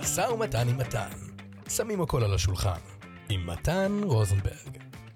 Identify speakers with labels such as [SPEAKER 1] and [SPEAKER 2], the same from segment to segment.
[SPEAKER 1] משא ומתן עם מתן. שמים הכל על השולחן. עם מתן רוזנברג.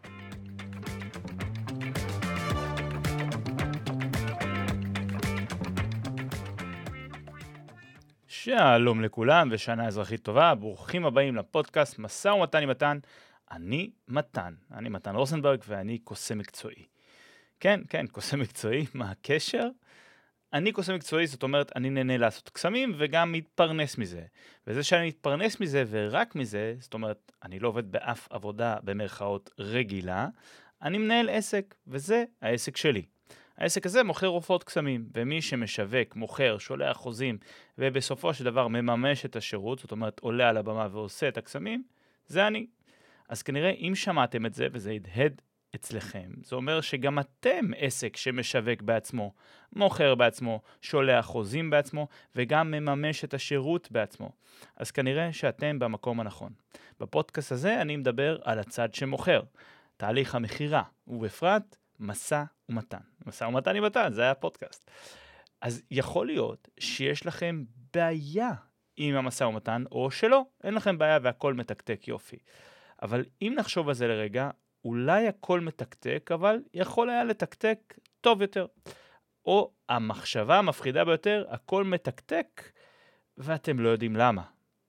[SPEAKER 2] שלום לכולם ושנה אזרחית טובה, ברוכים הבאים לפודקאסט משא ומתן עם מתן. אני מתן רוזנברג ואני קוסם מקצועי. כן, קוסם מקצועי, מה הקשר? אני קוסם מקצועי, זאת אומרת, אני נהנה לעשות קסמים וגם מתפרנס מזה. וזה שאני מתפרנס מזה ורק מזה, זאת אומרת, אני לא עובד באף עבודה במרכאות רגילה, אני מנהל עסק, וזה העסק שלי. העסק הזה מוכר עופות קסמים, ומי שמשווק, מוכר, שולח חוזים, ובסופו של דבר מממש את השירות, זאת אומרת, עולה על הבמה ועושה את הקסמים, זה אני. אז כנראה, אם שמעתם את זה, וזה ידהד אצלכם, זה אומר שגם אתם עסק שמשווק בעצמו, מוכר בעצמו, שולח חוזים בעצמו, וגם מממש את השירות בעצמו. אז כנראה שאתם במקום הנכון. בפודקאסט הזה אני מדבר על הצד שמוכר, תהליך המכירה, ובפרט משא ומתן. משא ומתן עם מתן, זה היה הפודקאסט. אז יכול להיות שיש לכם בעיה עם המשא ומתן, או שלא, אין לכם בעיה והכל מתקתק יופי. אבל אם נחשוב על זה לרגע, אולי הכל מתקתק, אבל יכול היה לתקתק טוב יותר. או המחשבה המפחידה ביותר, הכל מתקתק, ואתם לא יודעים למה.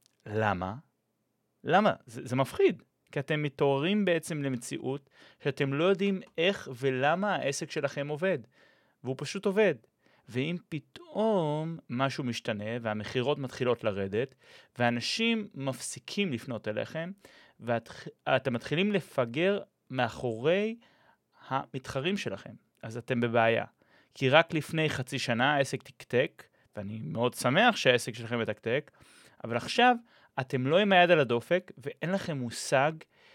[SPEAKER 2] למה? זה מפחיד. כי אתם מתעוררים בעצם למציאות שאתם לא יודעים איך ולמה העסק שלכם עובד. והוא פשוט עובד. ואם פתאום משהו משתנה והמחירות מתחילות לרדת, ואנשים מפסיקים לפנות אליכם, ואתם מתחילים לפגר מאחורי המתחרים שלכם, אז אתם בבעיה. כי רק לפני חצי שנה העסק תקתק, ואני מאוד שמח שהעסק שלכם מתקתק, אבל עכשיו אתם לא עם היד על הדופק, ואין לכם מושג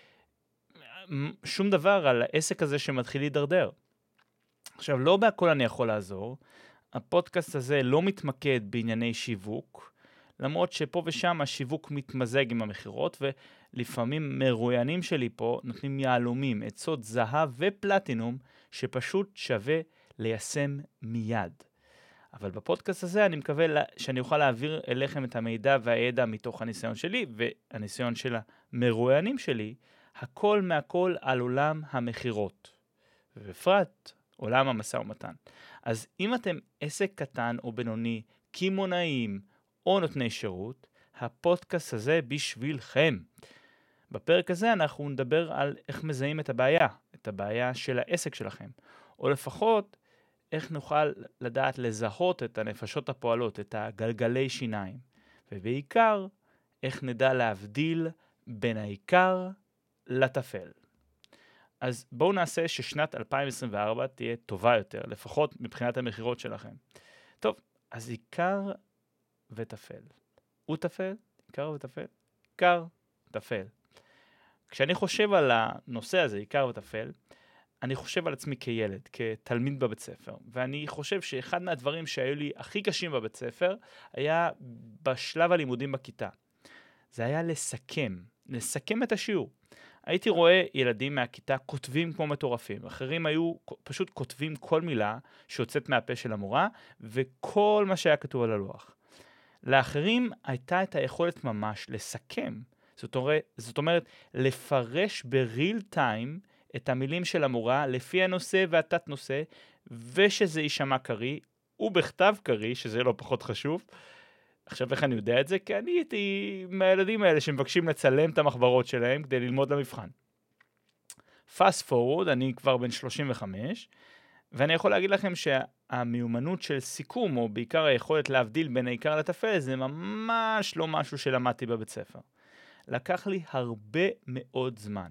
[SPEAKER 2] שום דבר על העסק הזה שמתחיל להידרדר. עכשיו, לא בהכל אני יכול לעזור. הפודקאסט הזה לא מתמקד בענייני שיווק, למרות שפה ושם השיווק מתמזג עם המחירות, ולפעמים מרואיינים שלי פה נותנים יהלומים, עצות זהב ופלטינום, שפשוט שווה ליישם מיד. אבל בפודקאסט הזה אני מקווה שאני אוכל להעביר אליכם את המידע והידע מתוך הניסיון שלי, והניסיון של המרואיינים שלי, הכל מהכל על עולם המחירות. ובפרט, עולם המשא ומתן. אז אם אתם עסק קטן או בינוני, קמעונאים או נותני שירות, הפודקאסט הזה בשבילכם. בפרק הזה אנחנו נדבר על איך מזהים את הבעיה של העסק שלכם, או לפחות איך נוכל לדעת לזהות את הנפשות הפועלות, את הגלגלי שיניים, ובעיקר איך נדע להבדיל בין העיקר לטפל. אז בואו נעשה ששנת 2024 תהיה טובה יותר, לפחות מבחינת המחירות שלכם. טוב, אז עיקר וטפל. הוא טפל, עיקר וטפל, עיקר, טפל. כשאני חושב על הנושא הזה, עיקר וטפל, אני חושב על עצמי כילד, כתלמיד בבית ספר, ואני חושב שאחד מהדברים שהיו לי הכי קשים בבית ספר, היה בשלב הלימודים בכיתה. זה היה לסכם את השיעור. הייתי רואה ילדים מהכיתה כותבים כמו מטורפים, אחרים היו פשוט כותבים כל מילה שיוצאת מהפה של המורה, וכל מה שהיה כתוב על הלוח. לאחרים הייתה את היכולת ממש לסכם, זאת אומרת לפרש בריל טיים את המילים של המורה לפי הנושא והתת נושא, ושזה יישמע קרי, ובכתב קרי, שזה לא פחות חשוב. עכשיו איך אני יודע את זה? כי אני הייתי מהילדים האלה שמבקשים לצלם את המחברות שלהם כדי ללמוד למבחן. Fast forward, אני כבר בן 35, ואני יכול להגיד לכם שהמיומנות של סיכום, או בעיקר היכולת להבדיל בין העיקר לטפל, זה ממש לא משהו שלמדתי בבית ספר. לקח לי הרבה מאוד זמן.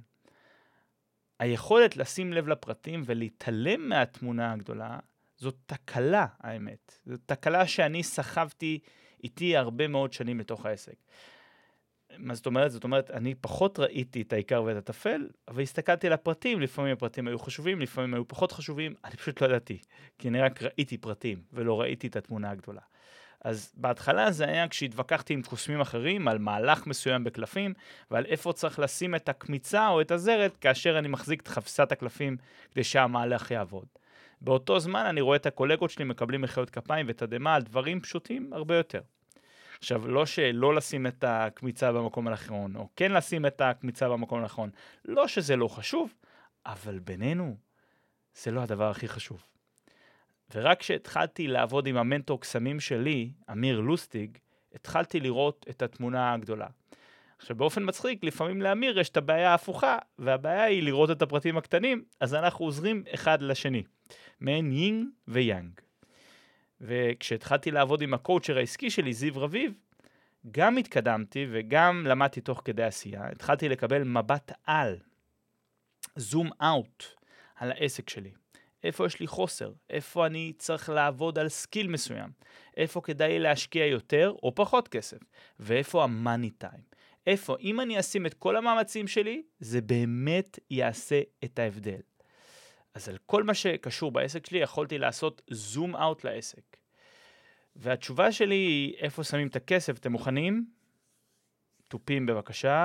[SPEAKER 2] היכולת לשים לב לפרטים ולהתעלם מהתמונה הגדולה, זאת תקלה, האמת. זאת תקלה שאני סחבתי איתי הרבה מאוד שנים לתוך העסק. מה זאת אומרת? זאת אומרת, אני פחות ראיתי את העיקר ואת הטפל, אבל הסתכלתי על הפרטים, לפעמים הפרטים היו חשובים, לפעמים היו פחות חשובים, אני פשוט לא ידעתי, כי אני רק ראיתי פרטים, ולא ראיתי את התמונה הגדולה. אז בהתחלה זה היה כשהתווכחתי עם קוסמים אחרים על מהלך מסוים בקלפים, ועל איפה צריך לשים את הקמיצה או את הזרת, כאשר אני מחזיק את חפסת הקלפים כדי שהמהלך יעבוד. באותו זמן אני רואה את הקולגות שלי מקבלים מחיאות כפיים ותדהמה על דברים פשוטים הרבה יותר. עכשיו, לא שלא לשים את הקמיצה במקום הנכון, או כן לשים את הקמיצה במקום הנכון, לא שזה לא חשוב, אבל בינינו, זה לא הדבר הכי חשוב. ורק כשהתחלתי לעבוד עם המנטור קסמים שלי, אמיר לוסטיג, התחלתי לראות את התמונה הגדולה. עכשיו, באופן מצחיק, לפעמים לאמיר יש את הבעיה ההפוכה, והבעיה היא לראות את הפרטים הקטנים, אז אנחנו עוזרים אחד לשני, מעין יינג ויאנג. וכשהתחלתי לעבוד עם הקואוצ'ר העסקי שלי, זיו רביב, גם התקדמתי וגם למדתי תוך כדי עשייה, התחלתי לקבל מבט על, זום אאוט על העסק שלי. איפה יש לי חוסר, איפה אני צריך לעבוד על סקיל מסוים, איפה כדאי להשקיע יותר או פחות כסף, ואיפה המאני טיים. איפה, אם אני אשים את כל המאמצים שלי, זה באמת יעשה את ההבדל. אז על כל מה שקשור בעסק שלי, יכולתי לעשות זום אאוט לעסק. והתשובה שלי היא, איפה שמים את הכסף? אתם מוכנים? טופים בבקשה.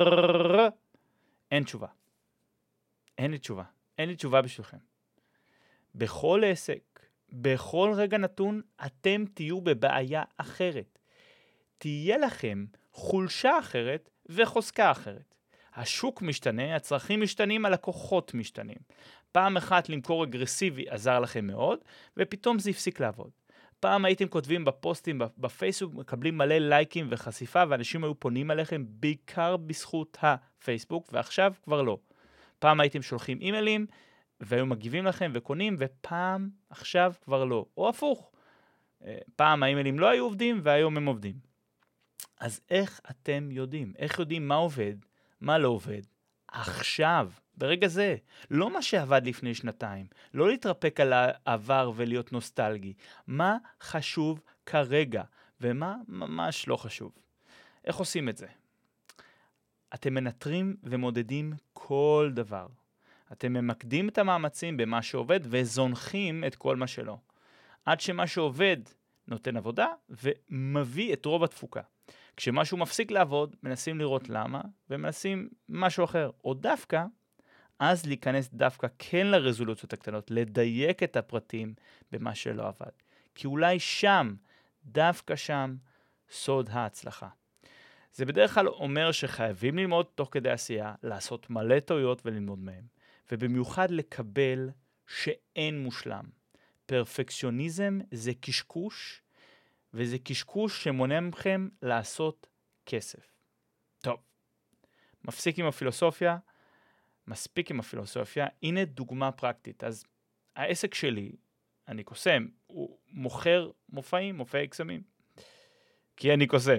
[SPEAKER 2] אין תשובה. אין לי תשובה. אין לי תשובה בשבילכם. בכל עסק, בכל רגע נתון, אתם תהיו בבעיה אחרת. תהיה לכם חולשה אחרת וחוזקה אחרת. השוק משתנה, הצרכים משתנים, הלקוחות משתנים. פעם אחת למכור אגרסיבי עזר לכם מאוד, ופתאום זה הפסיק לעבוד. פעם הייתם כותבים בפוסטים בפייסבוק, מקבלים מלא לייקים וחשיפה, ואנשים היו פונים עליכם בעיקר בזכות הפייסבוק, ועכשיו כבר לא. פעם הייתם שולחים אימיילים, והיו מגיבים לכם וקונים, ופעם עכשיו כבר לא. או הפוך. פעם האימיילים לא היו עובדים, והיום הם עובדים. אז איך אתם יודעים? איך יודעים מה עובד, מה לא עובד? עכשיו, ברגע זה. לא מה שעבד לפני שנתיים. לא להתרפק על העבר ולהיות נוסטלגי. מה חשוב כרגע, ומה ממש לא חשוב. איך עושים את זה? אתם מנטרים ומודדים כל דבר. אתם ממקדים את המאמצים במה שעובד וזונחים את כל מה שלא. עד שמה שעובד נותן עבודה ומביא את רוב התפוקה. כשמשהו מפסיק לעבוד, מנסים לראות למה, ומנסים משהו אחר. או דווקא, אז להיכנס דווקא כן לרזולוציות הקטנות, לדייק את הפרטים במה שלא עבד. כי אולי שם, דווקא שם, סוד ההצלחה. זה בדרך כלל אומר שחייבים ללמוד תוך כדי עשייה, לעשות מלא טעויות וללמוד מהם. ובמיוחד לקבל שאין מושלם. פרפקציוניזם זה קשקוש, וזה קשקוש שמונע מכם לעשות כסף. טוב, מפסיק עם הפילוסופיה, מספיק עם הפילוסופיה, הנה דוגמה פרקטית. אז העסק שלי, אני קוסם, הוא מוכר מופעי קסמים. כי אני קוסם.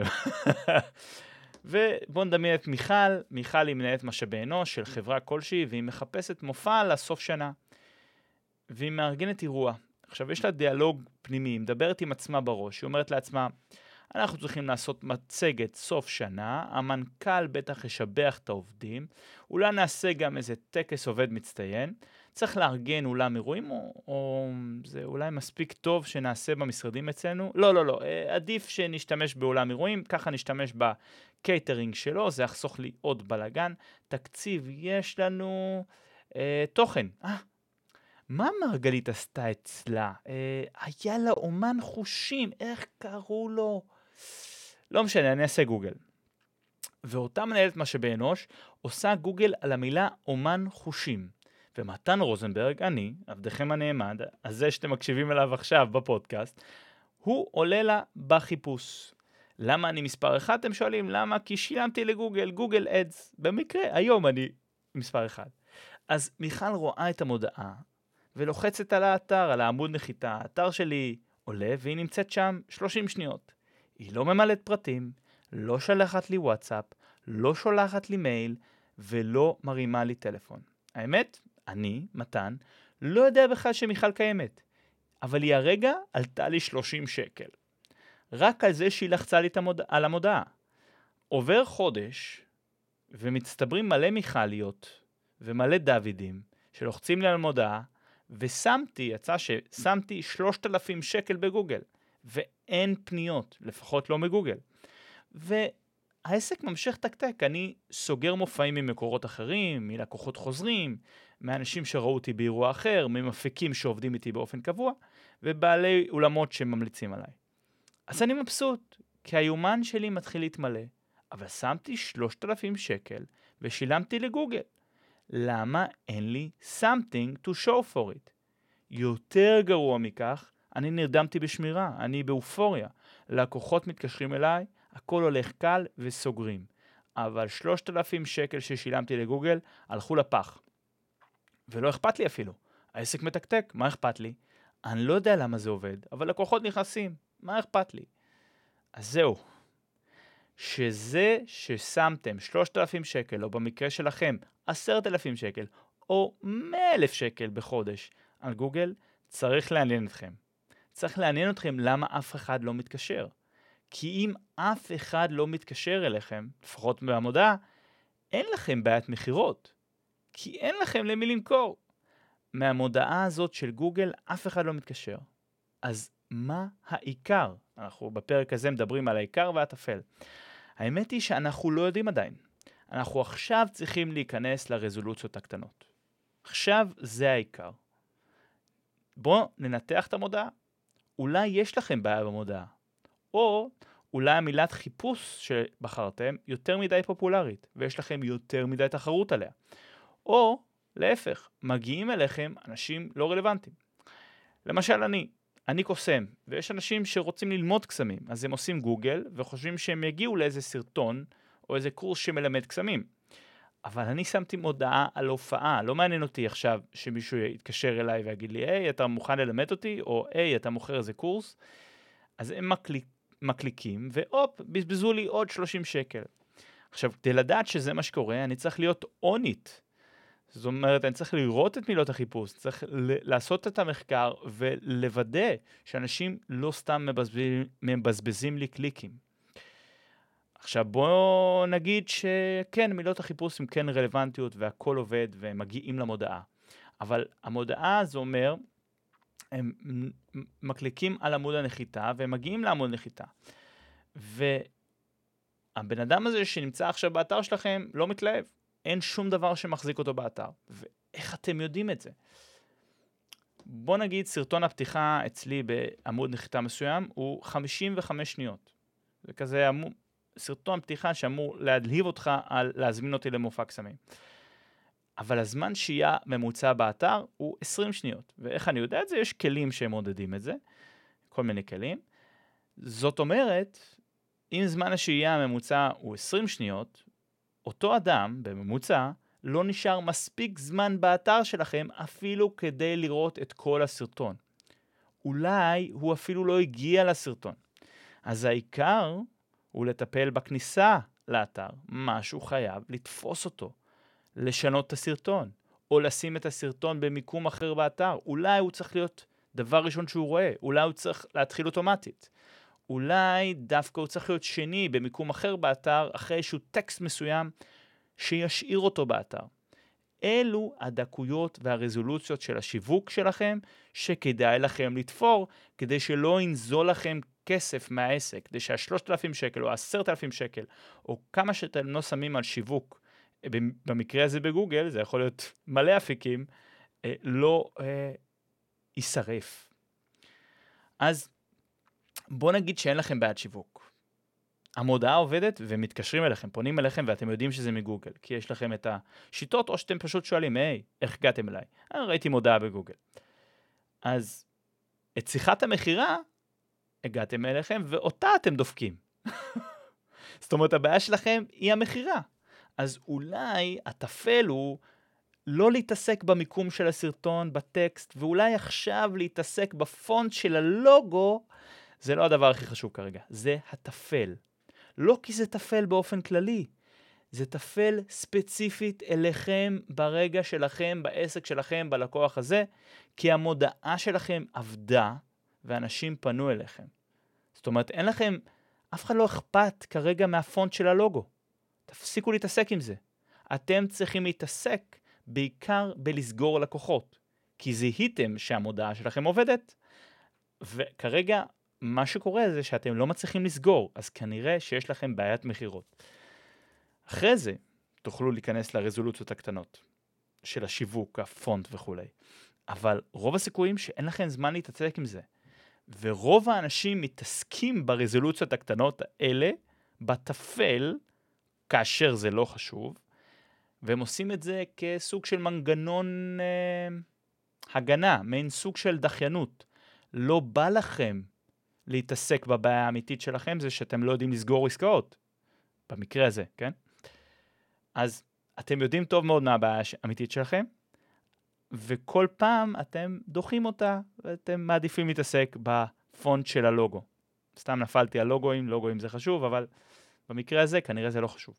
[SPEAKER 2] ובואו נדמיין את מיכל היא מנהלת משאבי אנוש של חברה כלשהי, והיא מחפשת מופע לסוף שנה. והיא מארגנת אירוע. עכשיו, יש לה דיאלוג פנימי, היא מדברת עם עצמה בראש, היא אומרת לעצמה, אנחנו צריכים לעשות מצגת סוף שנה, המנכ"ל בטח ישבח את העובדים, אולי נעשה גם איזה טקס עובד מצטיין, צריך לארגן אולם אירועים, או זה אולי מספיק טוב שנעשה במשרדים אצלנו, לא, עדיף שנשתמש באולם אירועים, ככה נשתמש בקייטרינג שלו, זה יחסוך לי עוד בלגן, תקציב, יש לנו תוכן, מה מרגלית עשתה אצלה? היה לה אומן חושים, איך קראו לו? לא משנה, אני אעשה גוגל. ואותה מנהלת משאבי אנוש עושה גוגל על המילה אומן חושים. ומתן רוזנברג, אני, עבדכם הנאמן, הזה שאתם מקשיבים אליו עכשיו בפודקאסט, הוא עולה לה בחיפוש. למה אני מספר 1? אתם שואלים, למה? כי שילמתי לגוגל, גוגל אדס. במקרה, היום אני מספר 1. אז מיכל רואה את המודעה, ולוחצת על האתר, על העמוד נחיתה. האתר שלי עולה, והיא נמצאת שם 30 שניות. היא לא ממלאת פרטים, לא שלחת לי וואטסאפ, לא שולחת לי מייל, ולא מרימה לי טלפון. האמת, אני, מתן, לא יודע בכלל שמיכל קיימת. אבל היא הרגע עלתה לי 30 שקל. רק על זה שהיא לחצה לי על המודעה. עובר חודש, ומצטברים מלא מיכליות, ומלא דוידים, שלוחצים לי על המודעה, יצא ששמתי 3,000 שקל בגוגל, ואין פניות, לפחות לא מגוגל. והעסק ממשיך תקתק, אני סוגר מופעים ממקורות אחרים, מלקוחות חוזרים, מאנשים שראו אותי באירוע אחר, ממפיקים שעובדים איתי באופן קבוע, ובעלי אולמות שממליצים עליי. אז אני מבסוט, כי היומן שלי מתחיל להתמלא, אבל שמתי 3,000 שקל ושילמתי לגוגל. למה אין לי something to show for it? יותר גרוע מכך, אני נרדמתי בשמירה, אני באופוריה. לקוחות מתקשרים אליי, הכל הולך קל וסוגרים. אבל 3,000 שקל ששילמתי לגוגל הלכו לפח. ולא אכפת לי אפילו. העסק מתקתק, מה אכפת לי? אני לא יודע למה זה עובד, אבל לקוחות נכנסים, מה אכפת לי? אז זהו. שזה ששמתם 3,000 שקל, או במקרה שלכם 10,000 שקל, או 100,000 שקל בחודש על גוגל, צריך לעניין אתכם. צריך לעניין אתכם למה אף אחד לא מתקשר. כי אם אף אחד לא מתקשר אליכם, לפחות במודעה, אין לכם בעיית מחירות. כי אין לכם למי למכור. מהמודעה הזאת של גוגל אף אחד לא מתקשר. אז מה העיקר? אנחנו בפרק הזה מדברים על העיקר והטפל. האמת היא שאנחנו לא יודעים עדיין. אנחנו עכשיו צריכים להיכנס לרזולוציות הקטנות. עכשיו זה העיקר. בואו ננתח את המודעה. אולי יש לכם בעיה במודעה. או אולי המילת חיפוש שבחרתם יותר מדי פופולרית, ויש לכם יותר מדי תחרות עליה. או להפך, מגיעים אליכם אנשים לא רלוונטיים. למשל אני קוסם, ויש אנשים שרוצים ללמוד קסמים, אז הם עושים גוגל וחושבים שהם יגיעו לאיזה סרטון או איזה קורס שמלמד קסמים. אבל אני שמתי מודעה על הופעה, לא מעניין אותי עכשיו שמישהו יתקשר אליי ויגיד לי, היי, אתה מוכן ללמד אותי? או היי, אתה מוכר איזה קורס? אז הם מקליקים, ואופ, בזבזו לי עוד 30 שקל. עכשיו, כדי לדעת שזה מה שקורה, אני צריך להיות אונית. זאת אומרת, אני צריך לראות את מילות החיפוש, צריך לעשות את המחקר ולוודא שאנשים לא סתם מבזבזים לי קליקים. עכשיו בואו נגיד שכן, מילות החיפוש הן כן רלוונטיות והכל עובד והם מגיעים למודעה. אבל המודעה זה אומר, הם מקליקים על עמוד הנחיתה והם מגיעים לעמוד נחיתה. והבן אדם הזה שנמצא עכשיו באתר שלכם לא מתלהב. אין שום דבר שמחזיק אותו באתר. ואיך אתם יודעים את זה? בוא נגיד סרטון הפתיחה אצלי בעמוד נחיתה מסוים הוא 55 שניות. זה כזה סרטון פתיחה שאמור להדליב אותך על להזמין אותי למופע קסמים. אבל הזמן שיהיה ממוצע באתר הוא 20 שניות. ואיך אני יודע את זה? יש כלים שהם מודדים את זה. כל מיני כלים. זאת אומרת, אם זמן השהייה הממוצע הוא 20 שניות, אותו אדם בממוצע לא נשאר מספיק זמן באתר שלכם אפילו כדי לראות את כל הסרטון. אולי הוא אפילו לא הגיע לסרטון. אז העיקר הוא לטפל בכניסה לאתר. משהו חייב לתפוס אותו, לשנות את הסרטון, או לשים את הסרטון במיקום אחר באתר. אולי הוא צריך להיות דבר ראשון שהוא רואה, אולי הוא צריך להתחיל אוטומטית. אולי דווקא הוא צריך להיות שני במיקום אחר באתר, אחרי איזשהו טקסט מסוים שישאיר אותו באתר. אלו הדקויות והרזולוציות של השיווק שלכם, שכדאי לכם לתפור, כדי שלא ינזול לכם כסף מהעסק, כדי שה3,000 שקל או 10,000 שקל, או כמה שאתם לא שמים על שיווק, במקרה הזה בגוגל, זה יכול להיות מלא אפיקים, לא יישרף. אז בוא נגיד שאין לכם בעד שיווק. המודעה עובדת ומתקשרים אליכם, פונים אליכם ואתם יודעים שזה מגוגל, כי יש לכם את השיטות, או שאתם פשוט שואלים, היי, איך הגעתם אליי? ראיתי מודעה בגוגל. אז את שיחת המחירה הגעתם אליכם, ואותה אתם דופקים. זאת אומרת, הבעיה שלכם היא המחירה. אז אולי התפל הוא לא להתעסק במיקום של הסרטון, בטקסט, ואולי עכשיו להתעסק בפונט של הלוגו, זה לא הדבר הכי חשוב כרגע, זה התפל. לא כי זה תפל באופן כללי, זה תפל ספציפית אליכם ברגע שלכם, בעסק שלכם, בלקוח הזה, כי המודעה שלכם עבדה ואנשים פנו אליכם. זאת אומרת, אין לכם, אף אחד לא אכפת כרגע מהפונט של הלוגו. תפסיקו להתעסק עם זה. אתם צריכים להתעסק בעיקר בלסגור לקוחות, כי זיהיתם שהמודעה שלכם עובדת, וכרגע מה שקורה זה שאתם לא מצליחים לסגור, אז כנראה שיש לכם בעיית מחירות. אחרי זה תוכלו להיכנס לרזולוציות הקטנות של השיווק, הפונט וכו'. אבל רוב הסיכויים שאין לכם זמן להתעסק עם זה. ורוב האנשים מתעסקים ברזולוציות הקטנות האלה, בתפל, כאשר זה לא חשוב, והם עושים את זה כסוג של מנגנון הגנה, מעין סוג של דחיינות. לא בא לכם להתעסק בבעיה האמיתית שלכם, זה שאתם לא יודעים לסגור עסקאות. במקרה הזה, כן? אז אתם יודעים טוב מאוד מה הבעיה האמיתית שלכם, וכל פעם אתם דוחים אותה, ואתם מעדיפים להתעסק בפונט של הלוגו. סתם נפלתי על לוגוים, לוגוים זה חשוב, אבל במקרה הזה כנראה זה לא חשוב.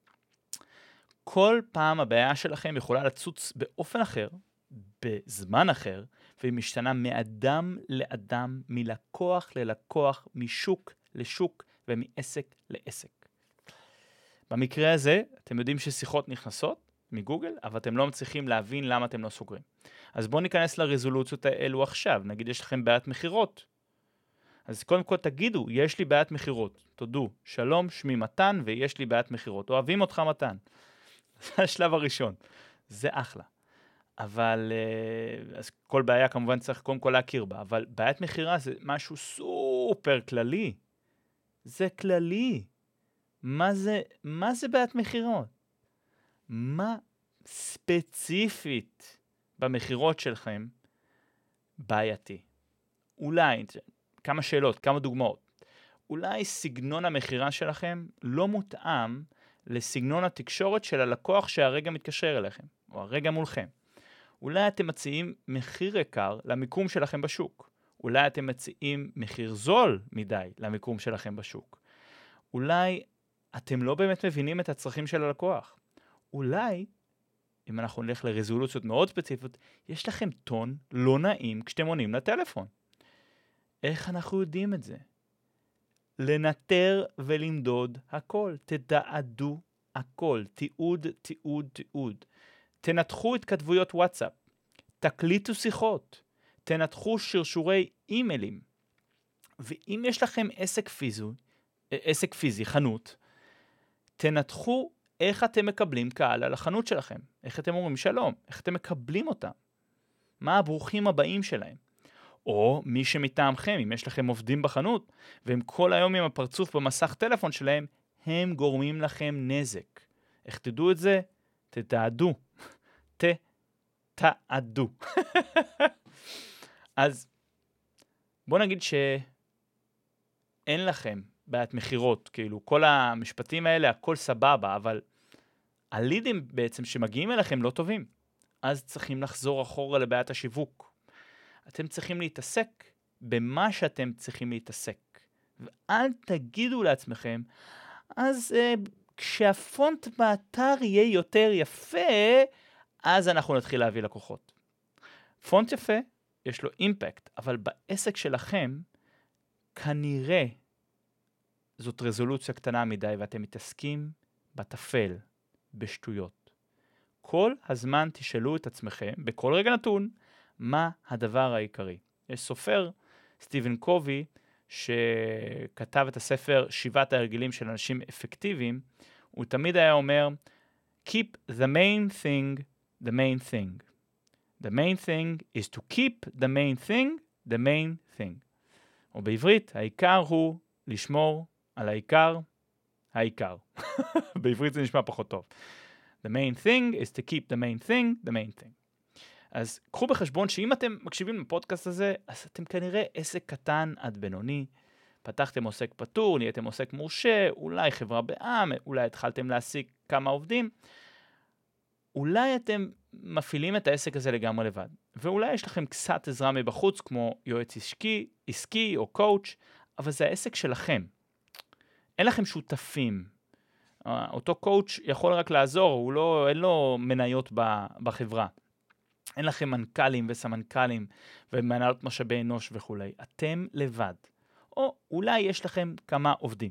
[SPEAKER 2] כל פעם הבעיה שלכם יכולה לצוץ באופן אחר, בזמן אחר, והיא משתנה מאדם לאדם, מלקוח ללקוח, משוק לשוק ומעסק לעסק. במקרה הזה, אתם יודעים ששיחות נכנסות מגוגל, אבל אתם לא מצליחים להבין למה אתם לא סוגרים. אז בואו ניכנס לרזולוציות האלו עכשיו. נגיד יש לכם בעיית מחירות. אז קודם כל תגידו, יש לי בעיית מחירות. תודו, שלום, שמי מתן ויש לי בעיית מחירות. אוהבים אותך מתן. זה השלב הראשון. זה אחלה. אבל, אז כל בעיה כמובן צריך קודם כל להכיר בה, אבל בעיית מחירה זה משהו סופר כללי. זה כללי. מה זה בעיית מחירות? מה ספציפית במחירות שלכם בעייתי? אולי, כמה שאלות, כמה דוגמאות. אולי סגנון המחירה שלכם לא מותאם לסגנון התקשורת של הלקוח שהרגע מתקשר אליכם, או הרגע מולכם. אולי אתם מציעים מחיר יקר למיקום שלכם בשוק. אולי אתם מציעים מחיר זול מדי למיקום שלכם בשוק. אולי אתם לא באמת מבינים את הצרכים של הלקוח. אולי, אם אנחנו נלך לרזולוציות מאוד ספציפיות, יש לכם טון לא נעים כשאתם עונים לטלפון. איך אנחנו יודעים את זה? לנטר ולמדוד הכל. תדעדו הכל. תיעוד, תיעוד, תיעוד. תנתחו התכתבויות וואטסאפ. תקליטו שיחות. תנתחו שרשורי אימיילים. ואם יש לכם עסק פיזי, חנות, תנתחו איך אתם מקבלים קהל על החנות שלכם. איך אתם אומרים שלום. איך אתם מקבלים אותם. מה הברוכים הבאים שלהם. או מי שמטעמכם, אם יש לכם עובדים בחנות, והם כל היום עם הפרצוף במסך טלפון שלהם, הם גורמים לכם נזק. איך תדעו את זה? תתעדו. תתעדו. אז בוא נגיד שאין לכם בעיית מחירות, כאילו כל המשפטים האלה, הכל סבבה, אבל הלידים בעצם שמגיעים אליכם לא טובים. אז צריכים לחזור אחורה לבעיית השיווק. אתם צריכים להתעסק במה שאתם צריכים להתעסק. ואל תגידו לעצמכם, אז כשהפונט באתר יהיה יותר יפה, אז אנחנו נתחיל להביא לקוחות. פונט יפה, יש לו אימפקט, אבל בעסק שלכם, כנראה זאת רזולוציה קטנה מדי, ואתם מתעסקים בתפל, בשטויות. כל הזמן תשאלו את עצמכם, בכל רגע נתון, מה הדבר העיקרי. יש סופר, סטיבן קובי, שכתב את הספר 7 ההרגלים של אנשים אפקטיביים, הוא תמיד היה אומר, keep the main thing the main thing. The main thing is to keep the main thing the main thing. או בעברית, העיקר הוא לשמור על העיקר. בעברית זה נשמע פחות טוב. The main thing is to keep the main thing the main thing. אז קחו בחשבון שאם אתם מקשיבים לפודקאסט הזה, אז אתם כנראה עסק קטן עד בינוני. פתחתם עוסק פטור, נהייתם עוסק מורשה, אולי חברה בע"מ, אולי התחלתם להעסיק כמה עובדים. אולי אתם מפעילים את העסק הזה לגמרי לבד. ואולי יש לכם קצת עזרה מבחוץ, כמו יועץ עסקי או קואוץ', אבל זה העסק שלכם. אין לכם שותפים. אותו קואוץ' יכול רק לעזור, אין לו מניות בחברה. אין לכם מנכ"לים וסמנכ"לים ומנהלות משאבי אנוש וכו'. אתם לבד. או אולי יש לכם כמה עובדים.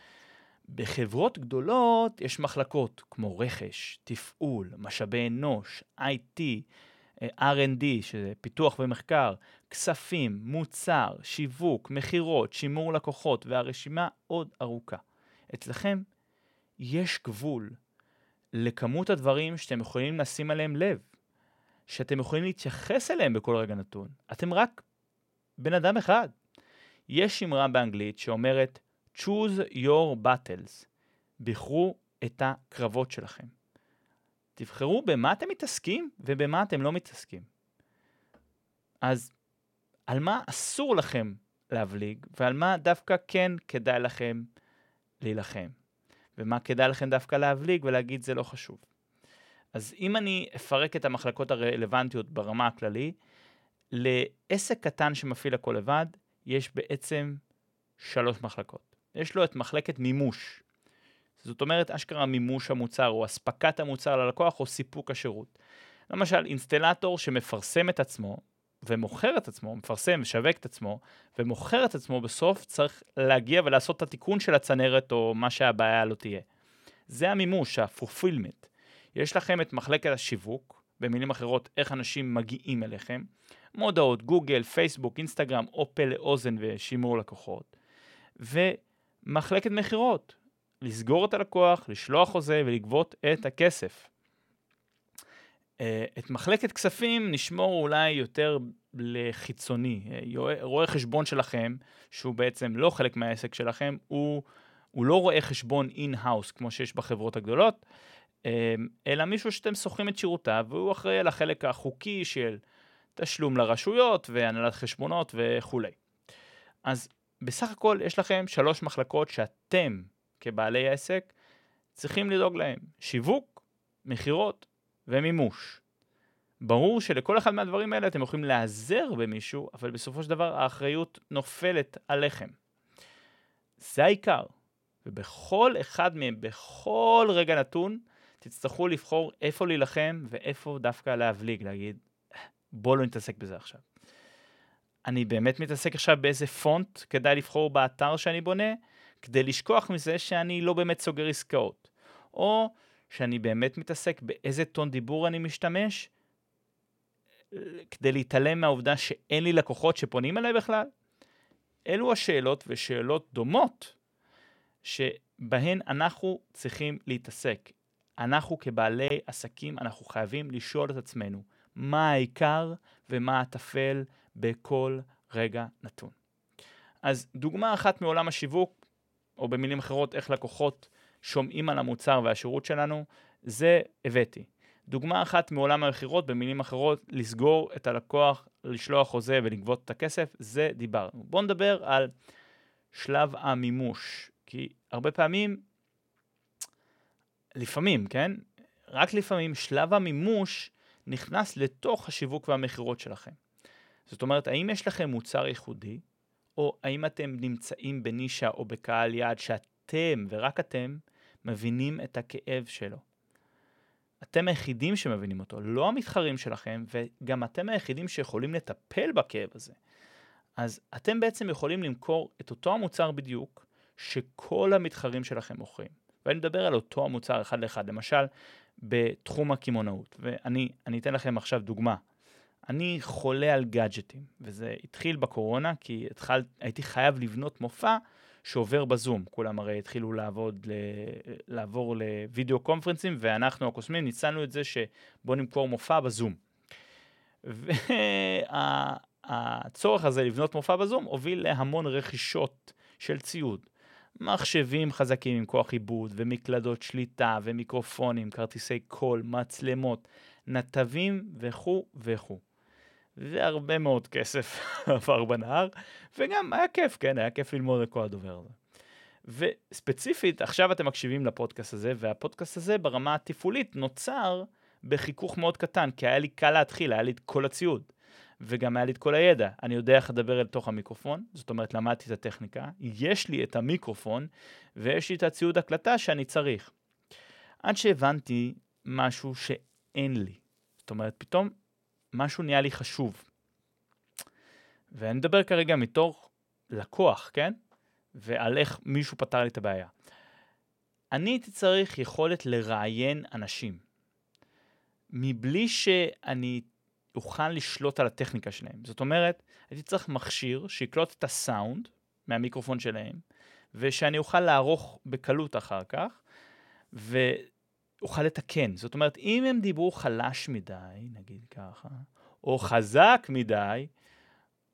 [SPEAKER 2] בחברות גדולות יש מחלקות כמו רכש, תפעול, משאבי אנוש, IT, R&D, שזה פיתוח ומחקר, כספים, מוצר, שיווק, מחירות, שימור לקוחות, והרשימה עוד ארוכה. אצלכם יש גבול לכמות הדברים שאתם יכולים לשים עליהם לב, שאתם יכולים להתייחס אליהם בכל רגע נתון. אתם רק בן אדם אחד. יש אמרה באנגלית שאומרת, choose your battles. בחרו את הקרבות שלכם. תבחרו במה אתם מתעסקים ובמה אתם לא מתעסקים. אז על מה אסור לכם להבליג, ועל מה דווקא כן כדאי לכם להילחם. ומה כדאי לכם דווקא להבליג ולהגיד זה לא חשוב. אז אם אני אפרק את המחלקות הרלוונטיות ברמה הכללי, לעסק קטן שמפעיל הכל לבד, יש בעצם 3 מחלקות. יש לו את מחלקת מימוש. זאת אומרת, אשכרה מימוש המוצר, או הספקת המוצר ללקוח, או סיפוק השירות. למשל, אינסטלטור שמפרסם את עצמו, ומוכר את עצמו, מפרסם, משווק את עצמו, ומוכר את עצמו בסוף, צריך להגיע ולעשות את התיקון של הצנרת, או מה שהבעיה לא תהיה. זה המימוש, ה-fulfillment. יש לכם את מחלקת השיווק, במילים אחרות, איך אנשים מגיעים אליכם, מודעות, גוגל, פייסבוק, אינסטגרם, או פה לאוזן ושימור לקוחות, ומחלקת מחירות, לסגור את הלקוח, לשלוח חוזה ולגבות את הכסף. את מחלקת כספים נשמור אולי יותר לחיצוני. רואה חשבון שלכם, שהוא בעצם לא חלק מהעסק שלכם, הוא לא רואה חשבון in-house כמו שיש בחברות הגדולות, אלא מישהו שאתם שוכרים את שירותיו, והוא אחראי על החלק החוקי של תשלום לרשויות והנהלת חשבונות וכו'. אז בסך הכל יש לכם 3 מחלקות שאתם כבעלי העסק צריכים לדאוג להם. שיווק, מחירות ומימוש. ברור שלכל אחד מהדברים האלה אתם יכולים להיעזר במישהו, אבל בסופו של דבר האחריות נופלת עליכם. זה העיקר. ובכל אחד מהם, בכל רגע נתון, תצטרכו לבחור איפה להילחם ואיפה דווקא להבליג, להגיד, בוא לא נתעסק בזה עכשיו. אני באמת מתעסק עכשיו באיזה פונט כדאי לבחור באתר שאני בונה, כדי לשכוח מזה שאני לא באמת סוגר עסקאות. או שאני באמת מתעסק באיזה טון דיבור אני משתמש, כדי להתעלם מהעובדה שאין לי לקוחות שפונים אליי בכלל. אלו השאלות ושאלות דומות, שבהן אנחנו צריכים להתעסק. אנחנו כבעלי עסקים, אנחנו חייבים לשאול את עצמנו, מה העיקר ומה הטפל בכל רגע נתון. אז דוגמה אחת מעולם השיווק, או במילים אחרות איך לקוחות שומעים על המוצר והשירות שלנו, זה הבאתי. דוגמה אחת מעולם המחירות, במילים אחרות, לסגור את הלקוח, לשלוח חוזה ולגבות את הכסף, זה דיברנו. בואו נדבר על שלב המימוש, כי הרבה פעמים, לפעמים, כן? רק לפעמים שלב המימוש נכנס לתוך השיווק והמחירות שלכם. זאת אומרת, האם יש לכם מוצר ייחודי, או האם אתם נמצאים בנישה או בקהל יעד שאתם ורק אתם מבינים את הכאב שלו. אתם היחידים שמבינים אותו, לא המתחרים שלכם, וגם אתם היחידים שיכולים לטפל בכאב הזה. אז אתם בעצם יכולים למכור את אותו המוצר בדיוק, שכל המתחרים שלכם מוכרים. ואני מדבר על אותו המוצר אחד לאחד, למשל בתחום הקמעונאות. ואני אתן לכם עכשיו דוגמה. אני חולה על גאדג'טים, וזה התחיל בקורונה, כי הייתי חייב לבנות מופע שעובר בזום. כולם הרי התחילו לעבור לוידאו קונפרנסים, ואנחנו הקוסמים ניצלנו את זה שבוא נמכור מופע בזום. והצורך הזה לבנות מופע בזום הוביל להמון רכישות של ציוד. מחשבים חזקים עם כוח עיבוד, ומקלדות שליטה, ומיקרופונים, כרטיסי קול, מצלמות, נתבים וכו' וכו'. והרבה מאוד כסף עבר בנהר, וגם היה כיף, כן, היה כיף ללמוד את כל הדובר הזה. וספציפית, עכשיו אתם מקשיבים לפודקאסט הזה, והפודקאסט הזה ברמה התפעולית נוצר בחיכוך מאוד קטן, כי היה לי קל להתחיל, היה לי את כל הציוד, וגם היה לי את כל הידע. אני יודע איך לדבר אל תוך המיקרופון, זאת אומרת, למדתי את הטכניקה, יש לי את המיקרופון, ויש לי את הציוד הקלטה שאני צריך. עד שהבנתי משהו שאין לי. זאת אומרת, פתאום משהו נהיה לי חשוב. ואני מדבר כרגע מתוך לקוח, כן? ועל איך מישהו פתר לי את הבעיה. אני הייתי צריך יכולת לראיין אנשים. מבלי שאני אוכל לשלוט על הטכניקה שלהם. זאת אומרת, הייתי צריך מכשיר שיקלוט את הסאונד מהמיקרופון שלהם, ושאני אוכל לערוך בקלות אחר כך, ואוכל לתקן. זאת אומרת, אם הם דיברו חלש מדי, נגיד ככה, או חזק מדי,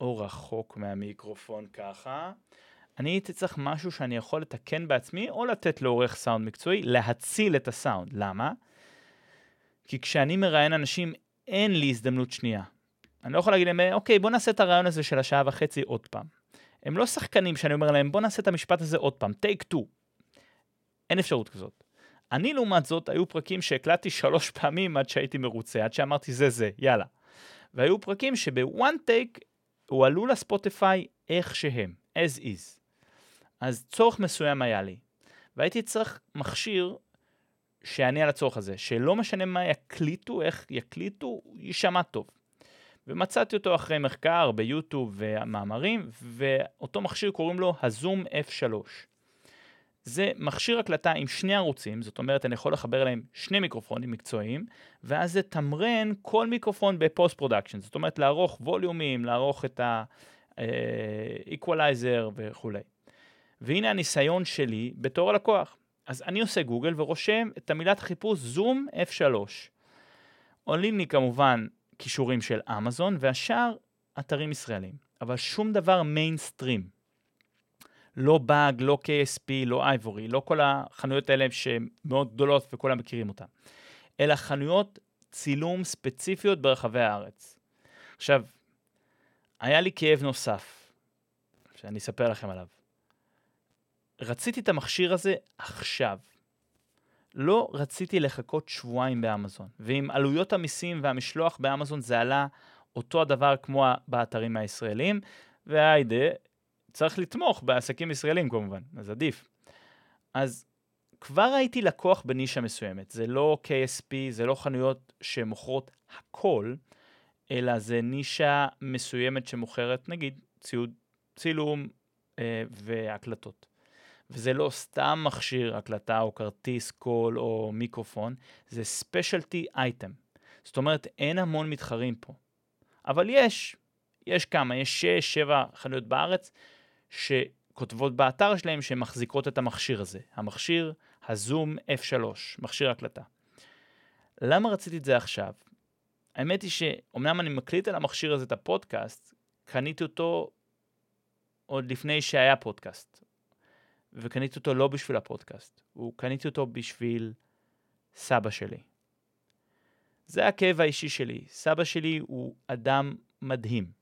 [SPEAKER 2] או רחוק מהמיקרופון ככה, אני הייתי צריך משהו שאני יכול לתקן בעצמי, או לתת לעורך סאונד מקצועי, להציל את הסאונד. למה? כי כשאני מראיין אנשים, אין לי הזדמנות שנייה. אני לא יכול להגיד להם, אוקיי, בוא נעשה את הרעיון הזה של השעה וחצי עוד פעם. הם לא שחקנים שאני אומר להם, בוא נעשה את המשפט הזה עוד פעם, take 2. אין אפשרות כזאת. אני לעומת זאת, היו פרקים שהקלטתי 3 פעמים עד שהייתי מרוצה, עד שאמרתי זה, יאללה. והיו פרקים שבוואן טייק הוא עלו לספוטיפיי איך שהם, as is. אז צורך מסוים היה לי. והייתי צריך מכשיר שיענה על הצורך הזה, שלא משנה מה יקליטו, איך יקליטו, יישמע טוב. ומצאתי אותו אחרי מחקר ביוטיוב ומאמרים, ואותו מכשיר קוראים לו הזום F3. זה מכשיר הקלטה עם 2 ערוצים, זאת אומרת אני יכול לחבר להם 2 מיקרופונים מקצועיים, ואז זה תמרן כל מיקרופון בפוסט פרודקשן, זאת אומרת לערוך ווליומים, לערוך את האיקוולייזר וכו'. והנה הניסיון שלי בתור הלקוח. אז אני עושה גוגל ורושם את המילת חיפוש זום F3. עולים לי כמובן קישורים של אמזון, והשאר אתרים ישראלים, אבל שום דבר מיינסטרים. לא באג, לא KSP, לא אייבורי, לא כל החנויות האלה שהן מאוד גדולות וכולם מכירים אותן, אלא חנויות צילום ספציפיות ברחבי הארץ. עכשיו, היה לי כאב נוסף, שאני אספר לכם עליו. רציתי את המכשיר הזה עכשיו. לא רציתי לחכות שבועיים באמזון, ועם עלויות המיסים והמשלוח באמזון זה עלה אותו הדבר כמו באתרים הישראלים, והיידה, צריך לתמוך בעסקים ישראלים כמובן, אז עדיף. אז כבר הייתי לקוח בנישה מסוימת, זה לא KSP, זה לא חנויות שמוכרות הכל, אלא זה נישה מסוימת שמוכרת נגיד ציוד, צילום והקלטות. וזה לא סתם מכשיר הקלטה או כרטיס קול או מיקרופון, זה specialty item. זאת אומרת, אין המון מתחרים פה. אבל יש כמה, יש 6-7 חנויות בארץ שכותבות באתר שלהם שהן מחזיקות את המכשיר הזה. המכשיר הזום F3, מכשיר הקלטה. למה רציתי את זה עכשיו? האמת היא שאומנם אני מקליט על המכשיר הזה את הפודקאסט, קניתי אותו עוד לפני שהיה פודקאסט. וקניתי אותו לא בשביל הפודקאסט, קניתי אותו בשביל סבא שלי. זה הכאב האישי שלי. סבא שלי הוא אדם מדהים.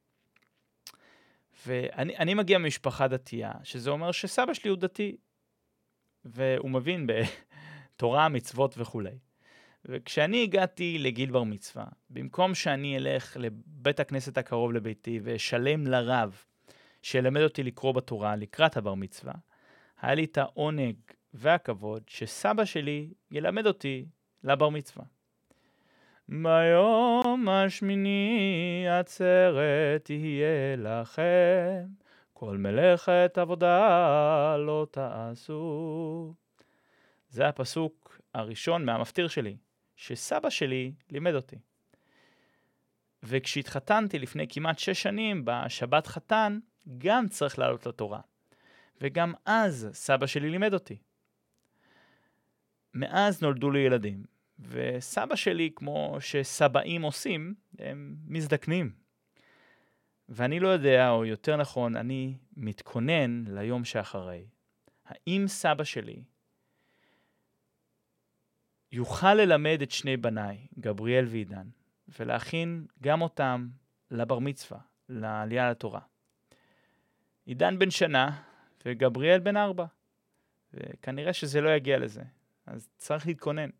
[SPEAKER 2] ואני מגיע ממשפחה דתייה, שזה אומר שסבא שלי הוא דתי, והוא מבין בתורה, מצוות וכו'. וכשאני הגעתי לגיל בר מצווה, במקום שאני אלך לבית הכנסת הקרוב לביתי ואשלם לרב שילמד אותי לקרוא בתורה לקראת הבר מצווה, היה לי את העונג והכבוד שסבא שלי ילמד אותי לבר מצווה. ביום השמיני עצרת תהיה לכם, כל מלאכת עבודה לא תעשו. זה הפסוק הראשון מהמפטיר שלי, שסבא שלי לימד אותי. וכשהתחתנתי לפני כמעט 6 שנים, בשבת חתן, גם צריך לעלות לתורה. וגם אז סבא שלי לימד אותי. מאז נולדו לי ילדים, וסבא שלי, כמו שסבאים עושים, הם מזדקנים. ואני לא יודע, או יותר נכון, אני מתכונן ליום שאחרי. האם סבא שלי יוכל ללמד את 2 בניי, גבריאל ועידן, ולהכין גם אותם לבר מצווה, לעלייה לתורה. עידן בן שנה, וגבריאל בן 4. וכנראה שזה לא יגיע לזה. אז צריך להתכונן.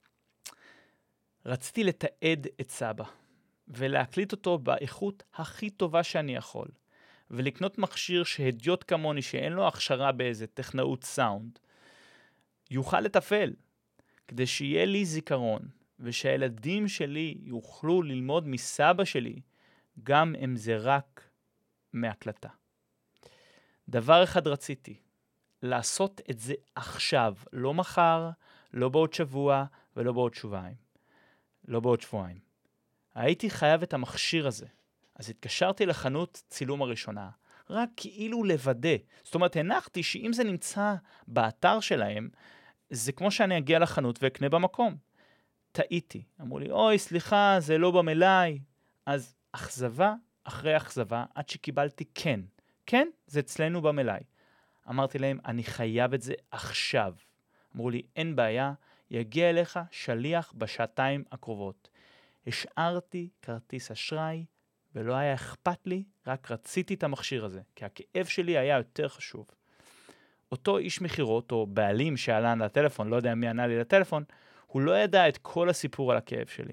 [SPEAKER 2] רציתי לתעד את סבא, ולהקליט אותו באיכות הכי טובה שאני יכול, ולקנות מכשיר שהדיוט כמוני, שאין לו הכשרה באיזה טכנאות סאונד, יוכל לתפעל, כדי שיהיה לי זיכרון, ושהילדים שלי יוכלו ללמוד מסבא שלי, גם אם זה רק מהקלטה. דבר אחד רציתי, לעשות את זה עכשיו, לא מחר, לא בעוד שבוע ולא בעוד שבועיים. לא בעוד שבועיים. הייתי חייב את המכשיר הזה. אז התקשרתי לחנות צילום הראשונה, רק כאילו לוודא. זאת אומרת, הנחתי שאם זה נמצא באתר שלהם, זה כמו שאני אגיע לחנות ואקנה במקום. טעיתי. אמרו לי, אוי, סליחה, זה לא במלאי. אז אכזבה אחרי אכזבה, עד שקיבלתי כן. כן, זה אצלנו במלאי. אמרתי להם, אני חייב את זה עכשיו. אמרו לי, אין בעיה, יגיע אליך שליח בשעתיים הקרובות. השארתי כרטיס אשראי, ולא היה אכפת לי, רק רציתי את המכשיר הזה, כי הכאב שלי היה יותר חשוב. אותו איש מחירות, או בעלים שעלה לטלפון, לא יודע מי ענה לי לטלפון, הוא לא ידע את כל הסיפור על הכאב שלי.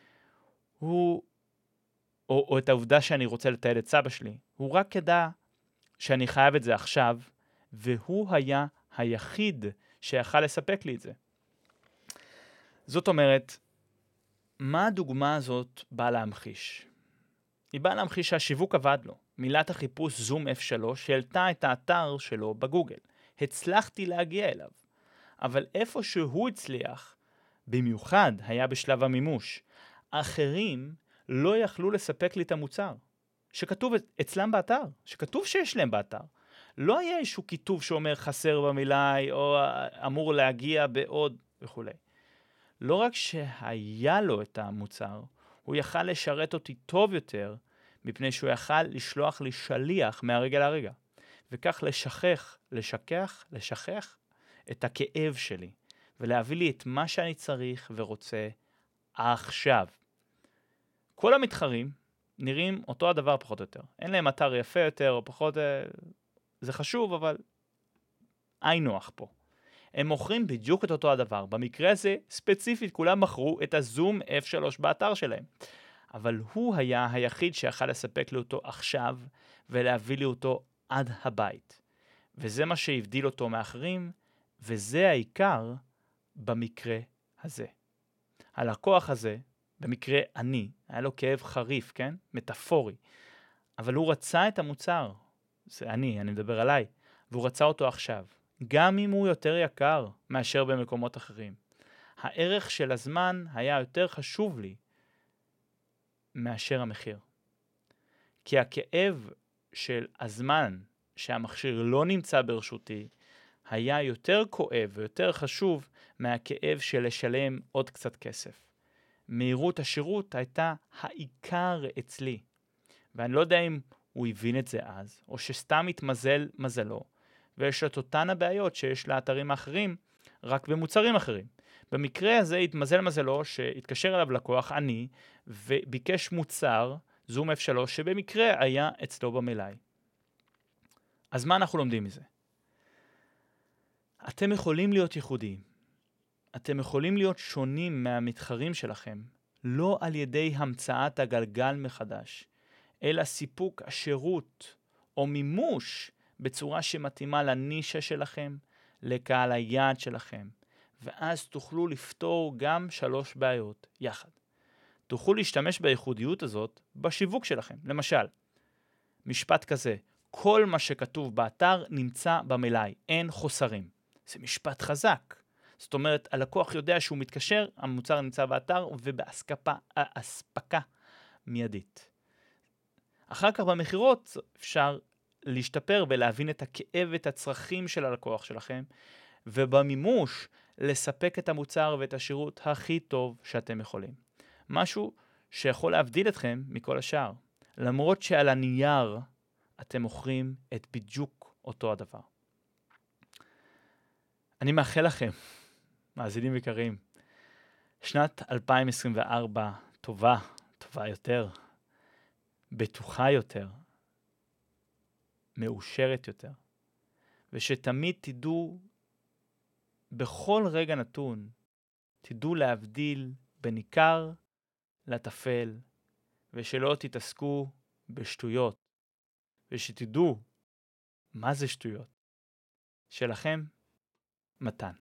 [SPEAKER 2] או את העובדה שאני רוצה לתעד את סבא שלי. הוא רק ידע שאני חייב את זה עכשיו, והוא היה היחיד שיכל לספק לי את זה. זאת אומרת, מה הדוגמה הזאת באה להמחיש? היא באה להמחיש שהשיווק עבד לו. מילת החיפוש זום F3 העלתה את האתר שלו בגוגל. הצלחתי להגיע אליו. אבל איפה שהוא הצליח, במיוחד היה בשלב המימוש. אחרים לא יכלו לספק לי את המוצר, שכתוב אצלם באתר, שכתוב שיש להם באתר. לא היה איזשהו כיתוב שאומר חסר במילאי, או אמור להגיע בעוד וכו'. לא רק שהיה לו את המוצר, הוא יכל לשרת אותי טוב יותר, מפני שהוא יכל לשלוח לי שליח מהרגע לרגע. וכך לשכך את הכאב שלי, ולהביא לי את מה שאני צריך ורוצה עכשיו. כל המתחרים נראים אותו הדבר פחות או יותר. אין להם אתר יפה יותר או פחות, זה חשוב, אבל אין נוח פה. הם מוכרים בדיוק את אותו הדבר. במקרה הזה, ספציפית, כולם מכרו את הזום F3 באתר שלהם. אבל הוא היה היחיד שיכל לספק לי אותו עכשיו, ולהביא לי אותו עד הבית. וזה מה שהבדיל אותו מאחרים, וזה העיקר במקרה הזה. הלקוח הזה, במקרה היה לו כאב חריף, כן? מטאפורי. אבל הוא רצה את המוצר. זה אני מדבר עליי. והוא רצה אותו עכשיו. גם אם הוא יותר יקר מאשר במקומות אחרים. הערך של הזמן היה יותר חשוב לי מאשר המחיר. כי הכאב של הזמן שהמכשיר לא נמצא ברשותי, היה יותר כואב ויותר חשוב מהכאב של לשלם עוד קצת כסף. מהירות השירות הייתה העיקר אצלי. ואני לא יודע אם הוא הבין את זה אז, או שסתם התמזל מזלו, ויש את אותן הבעיות שיש לאתרים האחרים, רק במוצרים אחרים. במקרה הזה התמזל מזלו שהתקשר אליו לקוח אני, וביקש מוצר, זום F3, שבמקרה היה אצלו במלאי. אז מה אנחנו לומדים מזה? אתם יכולים להיות ייחודיים. אתם יכולים להיות שונים מהמתחרים שלכם, לא על ידי המצאת הגלגל מחדש, אלא סיפוק השירות או מימוש בצורה שמתאימה לנישה שלכם, לקהל היעד שלכם, ואז תוכלו לפתור גם 3 בעיות יחד. תוכלו להשתמש בייחודיות הזאת בשיווק שלכם. למשל, משפט כזה, כל מה שכתוב באתר נמצא במלאי, אין חוסרים. זה משפט חזק. זאת אומרת, הלקוח יודע שהוא מתקשר, המוצר נמצא באתר ובאספקה מיידית. אחר כך במחירות אפשר להשתפר ולהבין את הכאב ואת הצרכים של הלקוח שלכם, ובמימוש לספק את המוצר ואת השירות הכי טוב שאתם יכולים. משהו שיכול להבדיל אתכם מכל השאר, למרות שעל הנייר אתם מוכרים את בדיוק אותו הדבר. אני מאחל לכם, מאזינים יקרים, שנת 2024 טובה יותר, בטוחה יותר, מאושרת יותר, ושתמיד תדעו, בכל רגע נתון, תדעו להבדיל בין עיקר לטפל, ושלא תתעסקו בשטויות, ושתדעו מה זה שטויות. שלכם, מתן.